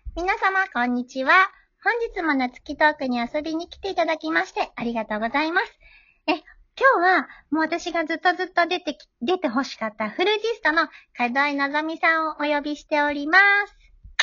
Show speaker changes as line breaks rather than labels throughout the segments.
皆様、こんにちは。本日も夏木トークに遊びに来ていただきましてありがとうございます。今日はもう私がずっと出て欲しかったフルーティストの門井のぞみさんをお呼びしております。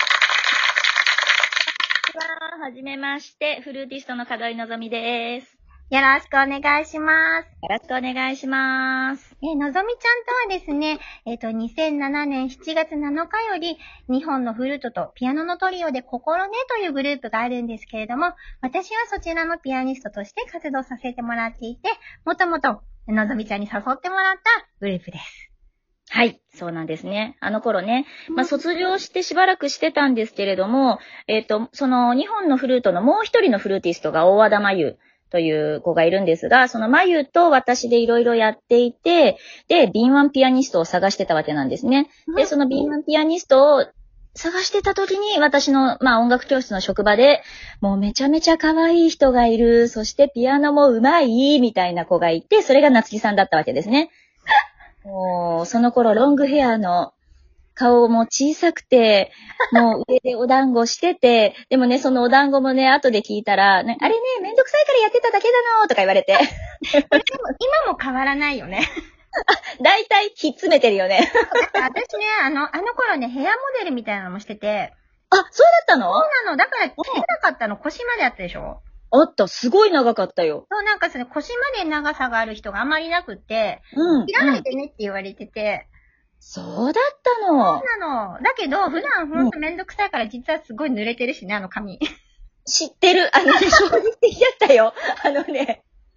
はじめまして、フルーティストの門井のぞみです。
よろしくお願いします。
よろしくお願いします。
のぞみちゃんとはですね、2007年7月7日より、日本のフルートとピアノのトリオで心ねというグループがあるんですけれども、私はそちらのピアニストとして活動させてもらっていて、もともとのぞみちゃんに誘ってもらったグループです。
はい、そうなんですね。あの頃ね、卒業してしばらくしてたんですけれども、その日本のフルートのもう一人のフルーティストが大和田真由という子がいるんですが、その真由と私でいろいろやっていて、で、敏腕ピアニストを探してたわけなんですね。で、その敏腕ピアニストを探してた時に私の、音楽教室の職場で、もうめちゃめちゃ可愛い人がいる、そしてピアノも上手い、みたいな子がいて、それが夏木さんだったわけですね。もう、その頃ロングヘアの顔も小さくて、もう上でお団子してて、でもね、そのお団子もね、後で聞いたら、あれね、めんどくさいからやってただけだのとか言われて。
でも今も変わらないよね。
だいたいひっつめてるよね。
私ね、あの頃ね、ヘアモデルみたいなのもしてて。
あ、そうだったの？
そうなの。だから、切れなかったの。腰まであったでしょ？
あった。すごい長かったよ。
そう、なんかその腰まで長さがある人があまりなくって、切らないでねって言われてて。
そうだったの。
そうなの。だけど、普段ほんとめんどくさいから実はすごい濡れてるしね、あの髪。
知ってる。衝撃的だったよ。髪洗いたてなん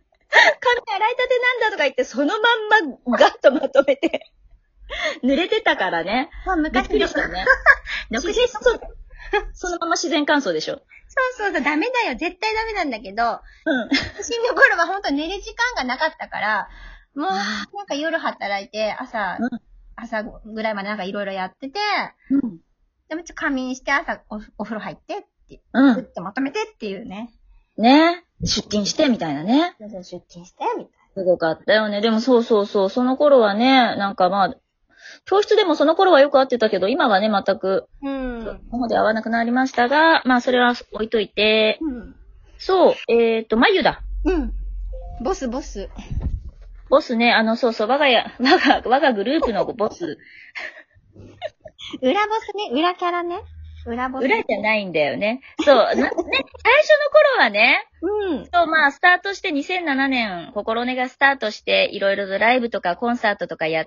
だとか言って、そのまんまガッとまとめて、濡れてたからね。
そう、昔
びっくりしたね。そのまま自然乾燥でしょ。
そう、ダメだよ。絶対ダメなんだけど、私の頃はほんと寝る時間がなかったから、もう、なんか夜働いて、朝ぐらいまでなんかいろいろやってて、でも仮眠して朝お風呂入ってって、ってまとめてっていうね。
ね。出勤してみたいなね。
そう、出勤してみたいな。
すごかったよね。でもそう、その頃はね、なんか教室でもその頃はよく会ってたけど、今はね、全く、その方で会わなくなりましたが、それは置いといて、そう、まゆだ。
ボス。
ボスね、そう、我がグループのボス。
裏ボスね、裏キャラね。裏ボス。
裏じゃないんだよね。そう、ね、最初の頃はね、そう、スタートして2007年、心根がスタートして、いろいろとライブとかコンサートとかやって、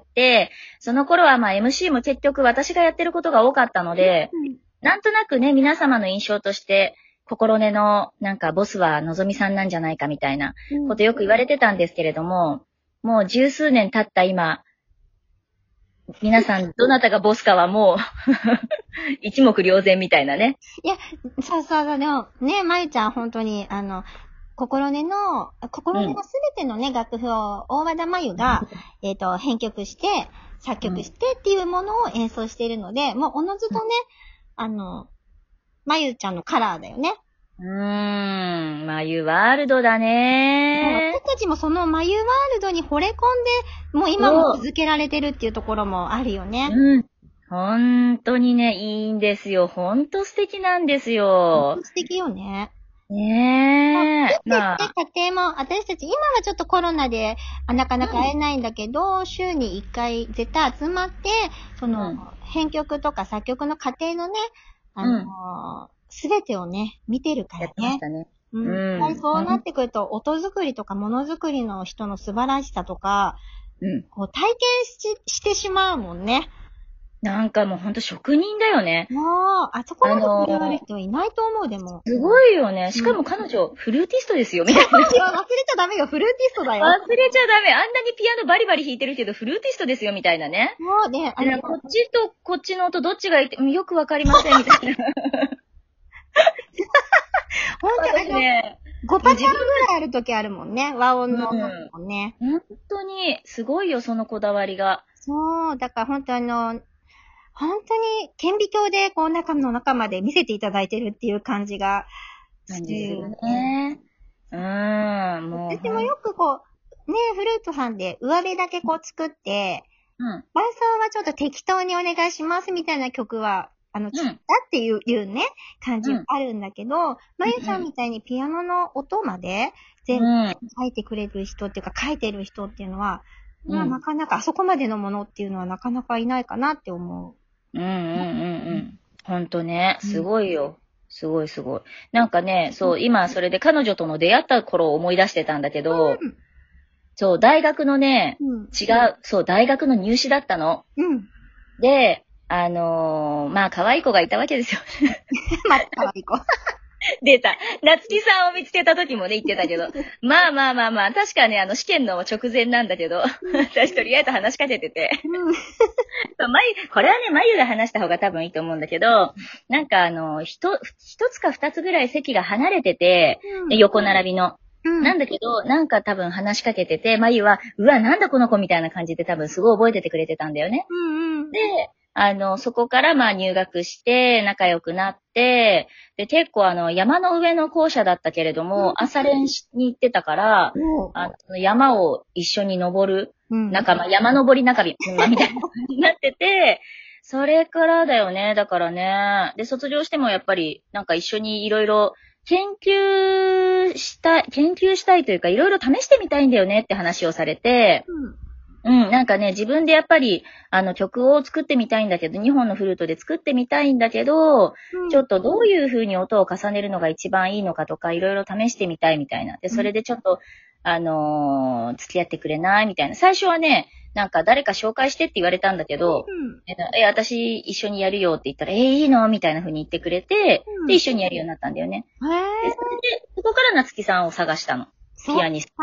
その頃はMC も結局私がやってることが多かったので、なんとなくね、皆様の印象として、心根のなんかボスはのぞみさんなんじゃないかみたいなことよく言われてたんですけれども、もう十数年経った今、皆さんどなたがボスかはもう一目瞭然みたいなね。
いや、そう、でもね、まゆちゃん本当に心根のすべてのね、楽譜を大和田まゆが、編曲して、作曲してっていうものを演奏しているので、もうおのずとね、まゆちゃんのカラーだよね。
まゆワールドだね。
私たちもそのまゆワールドに惚れ込んで、もう今も続けられてるっていうところもあるよね。
本当にね、いいんですよ。本当素敵なんですよ。
素敵よね。
ねえ。
家庭も、私たち今はちょっとコロナでなかなか会えないんだけど、週に1回絶対集まって、その、編曲とか作曲の過程のね、すべてをね、見てるからね。
やってましたね。
やっぱりそうなってくると、音作りとかものづくりの人の素晴らしさとか、こう体験してしまうもんね。
なんかもうほんと職人だよね。
もう、あそこまで触れられる人いないと思う、でも。
すごいよね。しかも彼女、フルーティストですよ、みたいな。
忘れちゃダメよ、フルーティストだよ。
忘れちゃダメ。あんなにピアノバリバリ弾いてるけど、フルーティストですよ、みたいなね。
もうね、
こっちとこっちの音どっちがいいって、よくわかりません、みたいな。
ほんとね、5パターンぐらいある時あるもんね、和音の音もね。
本当に、すごいよ、そのこだわりが。
そう、だから本当本当に顕微鏡でこう中まで見せていただいてるっていう感じが
するね。
もう。私もよくこう、ね、フルートさんで上辺だけこう作って、伴奏はちょっと適当にお願いしますみたいな曲は作ったっていうね、感じがあるんだけど、まゆちゃんみたいにピアノの音まで全部書いてくれる人っていうか、書いてる人っていうのは、まあなかなか、あそこまでのものっていうのはなかなかいないかなって思う。
ほんとね、すごいよ。すごい。なんかね、そう、今それで彼女との出会った頃を思い出してたんだけど、そう、大学のね、大学の入試だったの。で、まあ、可愛い子がいたわけですよ。
また可愛い子。
出た。夏希さんを見つけた時もね、言ってたけど。まあ、確かね、試験の直前なんだけど、私とりあえず話しかけてて。これはね、まゆが話した方が多分いいと思うんだけど、なんか一つか二つぐらい席が離れてて、横並びの。なんだけど、なんか多分話しかけてて、まゆは、うわ、なんだこの子みたいな感じで多分すごい覚えててくれてたんだよね。で、そこからまあ入学して仲良くなって、で、結構山の上の校舎だったけれども、朝練に行ってたから、山を一緒に登る、仲間、山登り仲間みたいな感じになってて、それからだよね、だからね。で、卒業してもやっぱり、なんか一緒にいろいろ研究したいというか、いろいろ試してみたいんだよねって話をされて、なんかね、自分でやっぱり、曲を作ってみたいんだけど、2本のフルートで作ってみたいんだけど、ちょっとどういう風に音を重ねるのが一番いいのかとか、いろいろ試してみたいみたいな。で、それでちょっと、付き合ってくれないみたいな。最初はね、なんか誰か紹介してって言われたんだけど、私一緒にやるよって言ったら、いいのみたいな風に言ってくれて、で、一緒にやるようになったんだよね。で、それで、そこから夏希さんを探したの。ピアニスト。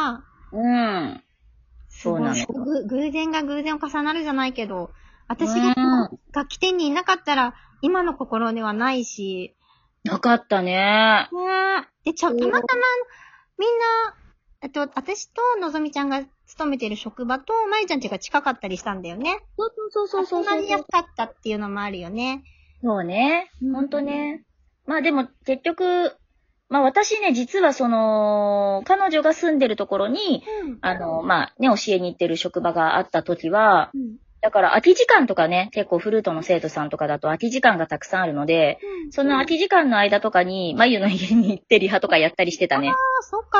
そうなの。
偶然が偶然を重なるじゃないけど、私が楽器店にいなかったら、今の心ではないし。
なかったね。
で、たまたま、みんな、私とのぞみちゃんが勤めてる職場と、まゆちゃん家が近かったりしたんだよね。
そう。
集まりやすかったっていうのもあるよね。
そうね。ほんとね。まあでも、結局、まあ私ね、実は彼女が住んでるところに、まあね、教えに行ってる職場があった時は、だから空き時間とかね、結構フルートの生徒さんとかだと空き時間がたくさんあるので、その空き時間の間とかに、まゆの家に行ってリハとかやったりしてたね。
そっか。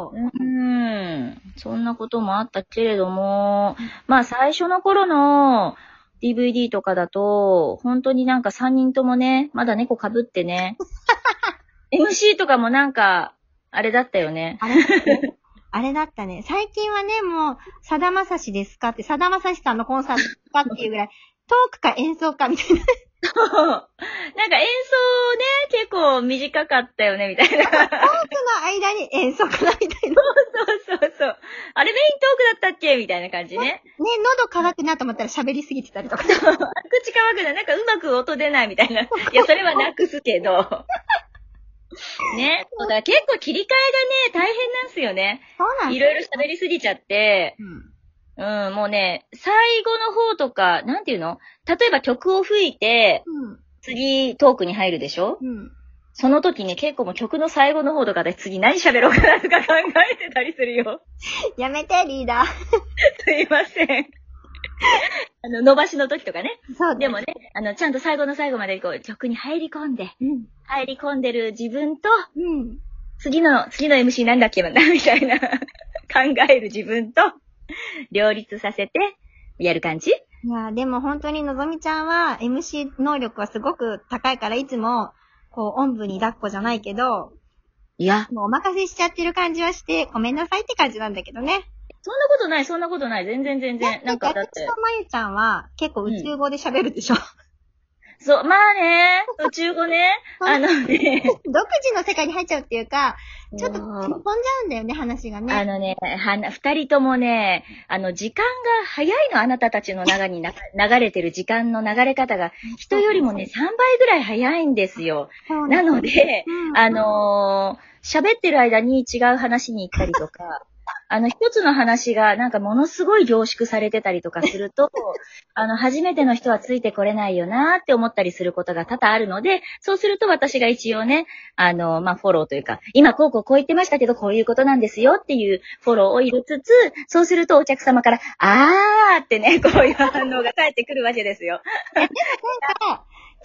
そんなこともあったけれども、まあ最初の頃の DVD とかだと、本当になんか3人ともね、まだ猫被ってね、MC とかもなんか、あれだったよね。
あれだったね。最近はね、もう、さだまさしですかって、さだまさしさんのコンサートですかっていうぐらい、トークか演奏かみたいな。
なんか演奏ね、結構短かったよね、みたいな。トークの
間に演奏かな、みたいな。
そう。あれメイントークだったっけみたいな感じね。
喉乾くなと思ったら喋りすぎてたりとか。
口乾くな、なんかうまく音出ないみたいな。いや、それはなくすけど。ね。だから結構切り替えがね、大変なんすよね。
そうなん
いろいろ喋りすぎちゃって、もうね、最後の方とか、なんていうの？例えば曲を吹いて、次トークに入るでしょ？その時ね、結構もう曲の最後の方とかで次何喋ろうかなとか考えてたりするよ。
やめて、リーダー。
すいません。伸ばしの時とかね。
そう
でもね、ちゃんと最後の最後までこう曲に入り込んで、入り込んでる自分と、次の MC なんだっけな、みたいな考える自分と、両立させて、やる感じ？
いや、でも本当にのぞみちゃんは MC 能力はすごく高いから、いつも、こう、おんぶに抱っこじゃないけど、
いや。
もうお任せしちゃってる感じはして、ごめんなさいって感じなんだけどね。
そんなことない。全然。なんかだって。
私とまゆちゃんは結構宇宙語で喋るでしょ。
そう、まあね、宇宙語ね。
独自の世界に入っちゃうっていうか、ちょっと飛んじゃうんだよね、話がね。
二人ともね、時間が早いの、あなたたちの中に流れてる時間の流れ方が、人よりもね、3倍ぐらい早いんですよ。なので、喋ってる間に違う話に行ったりとか、一つの話がなんかものすごい凝縮されてたりとかすると、初めての人はついてこれないよなって思ったりすることが多々あるので、そうすると私が一応ね、フォローというか、今こう言ってましたけど、こういうことなんですよっていうフォローを入れつつ、そうするとお客様から、ってね、こういう反応が返ってくるわけですよ。
なんか、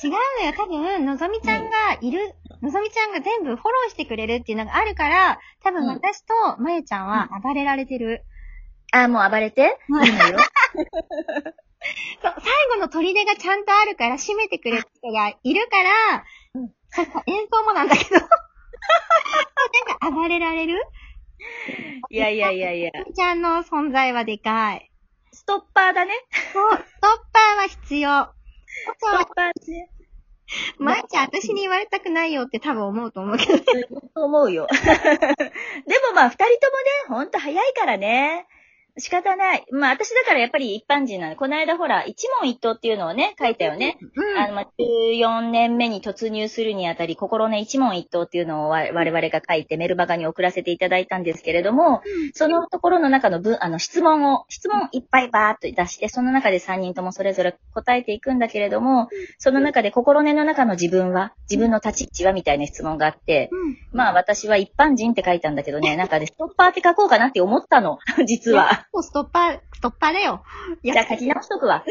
違うのよ。多分、のぞみちゃんがいる、のぞみちゃんが全部フォローしてくれるっていうのがあるから、多分私とまゆちゃんは暴れられてる。
あ、もう暴れていいのよ。
そう、最後の砦がちゃんとあるから締めてくれる人がいるから、演奏もなんだけど、なんか暴れられる。
いやいやいやいや。
のぞみちゃんの存在はでかい。
ストッパーだね。
そう、ストッパーは必要。
ストッパーね。
まゆちゃん、私に言われたくないよって多分思うと思うけどね。
そう思うよ。でもまあ、二人ともね、ほんと早いからね。仕方ない。まあ、私だからやっぱり一般人なの。この間ほら、一問一答っていうのをね、書いたよね。
うん。
まあ、14年目に突入するにあたり、心の一問一答っていうのを我々が書いてメルマガに送らせていただいたんですけれども、そのところの中の質問いっぱいバーっと出して、その中で3人ともそれぞれ答えていくんだけれども、その中で心根の中の自分は、自分の立ち位置はみたいな質問があって、まあ私は一般人って書いたんだけどね、なんかでストッパーって書こうかなって思ったの、実は。
ストッパーだよ。
じゃあ書き直しとくわ。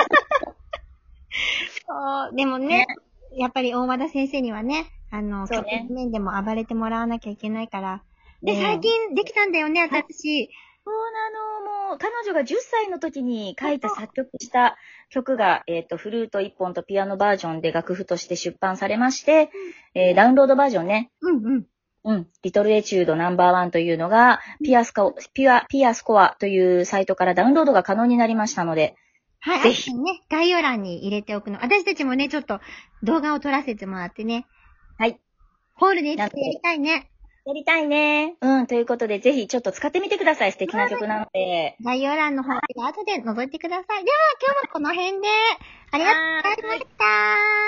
そう、でもね、やっぱり大和田先生にはね、
そうね
局面でも暴れてもらわなきゃいけないから。で、最近できたんだよね、私。
そうなの、もう、彼女が10歳の時に書いた作曲した曲が、フルート1本とピアノバージョンで楽譜として出版されまして、ダウンロードバージョンね。リトルエチュードナンバーワンというのが、ピアスコアというサイトからダウンロードが可能になりましたので、
はい、ぜひね、概要欄に入れておくの。私たちもね、ちょっと動画を撮らせてもらってね。
はい。
ホールでやりたいね。
やりたいね。ということで、ぜひちょっと使ってみてください。素敵な曲なので。
概要欄の方で後で覗いてください。では、今日はこの辺で、ありがとうございました。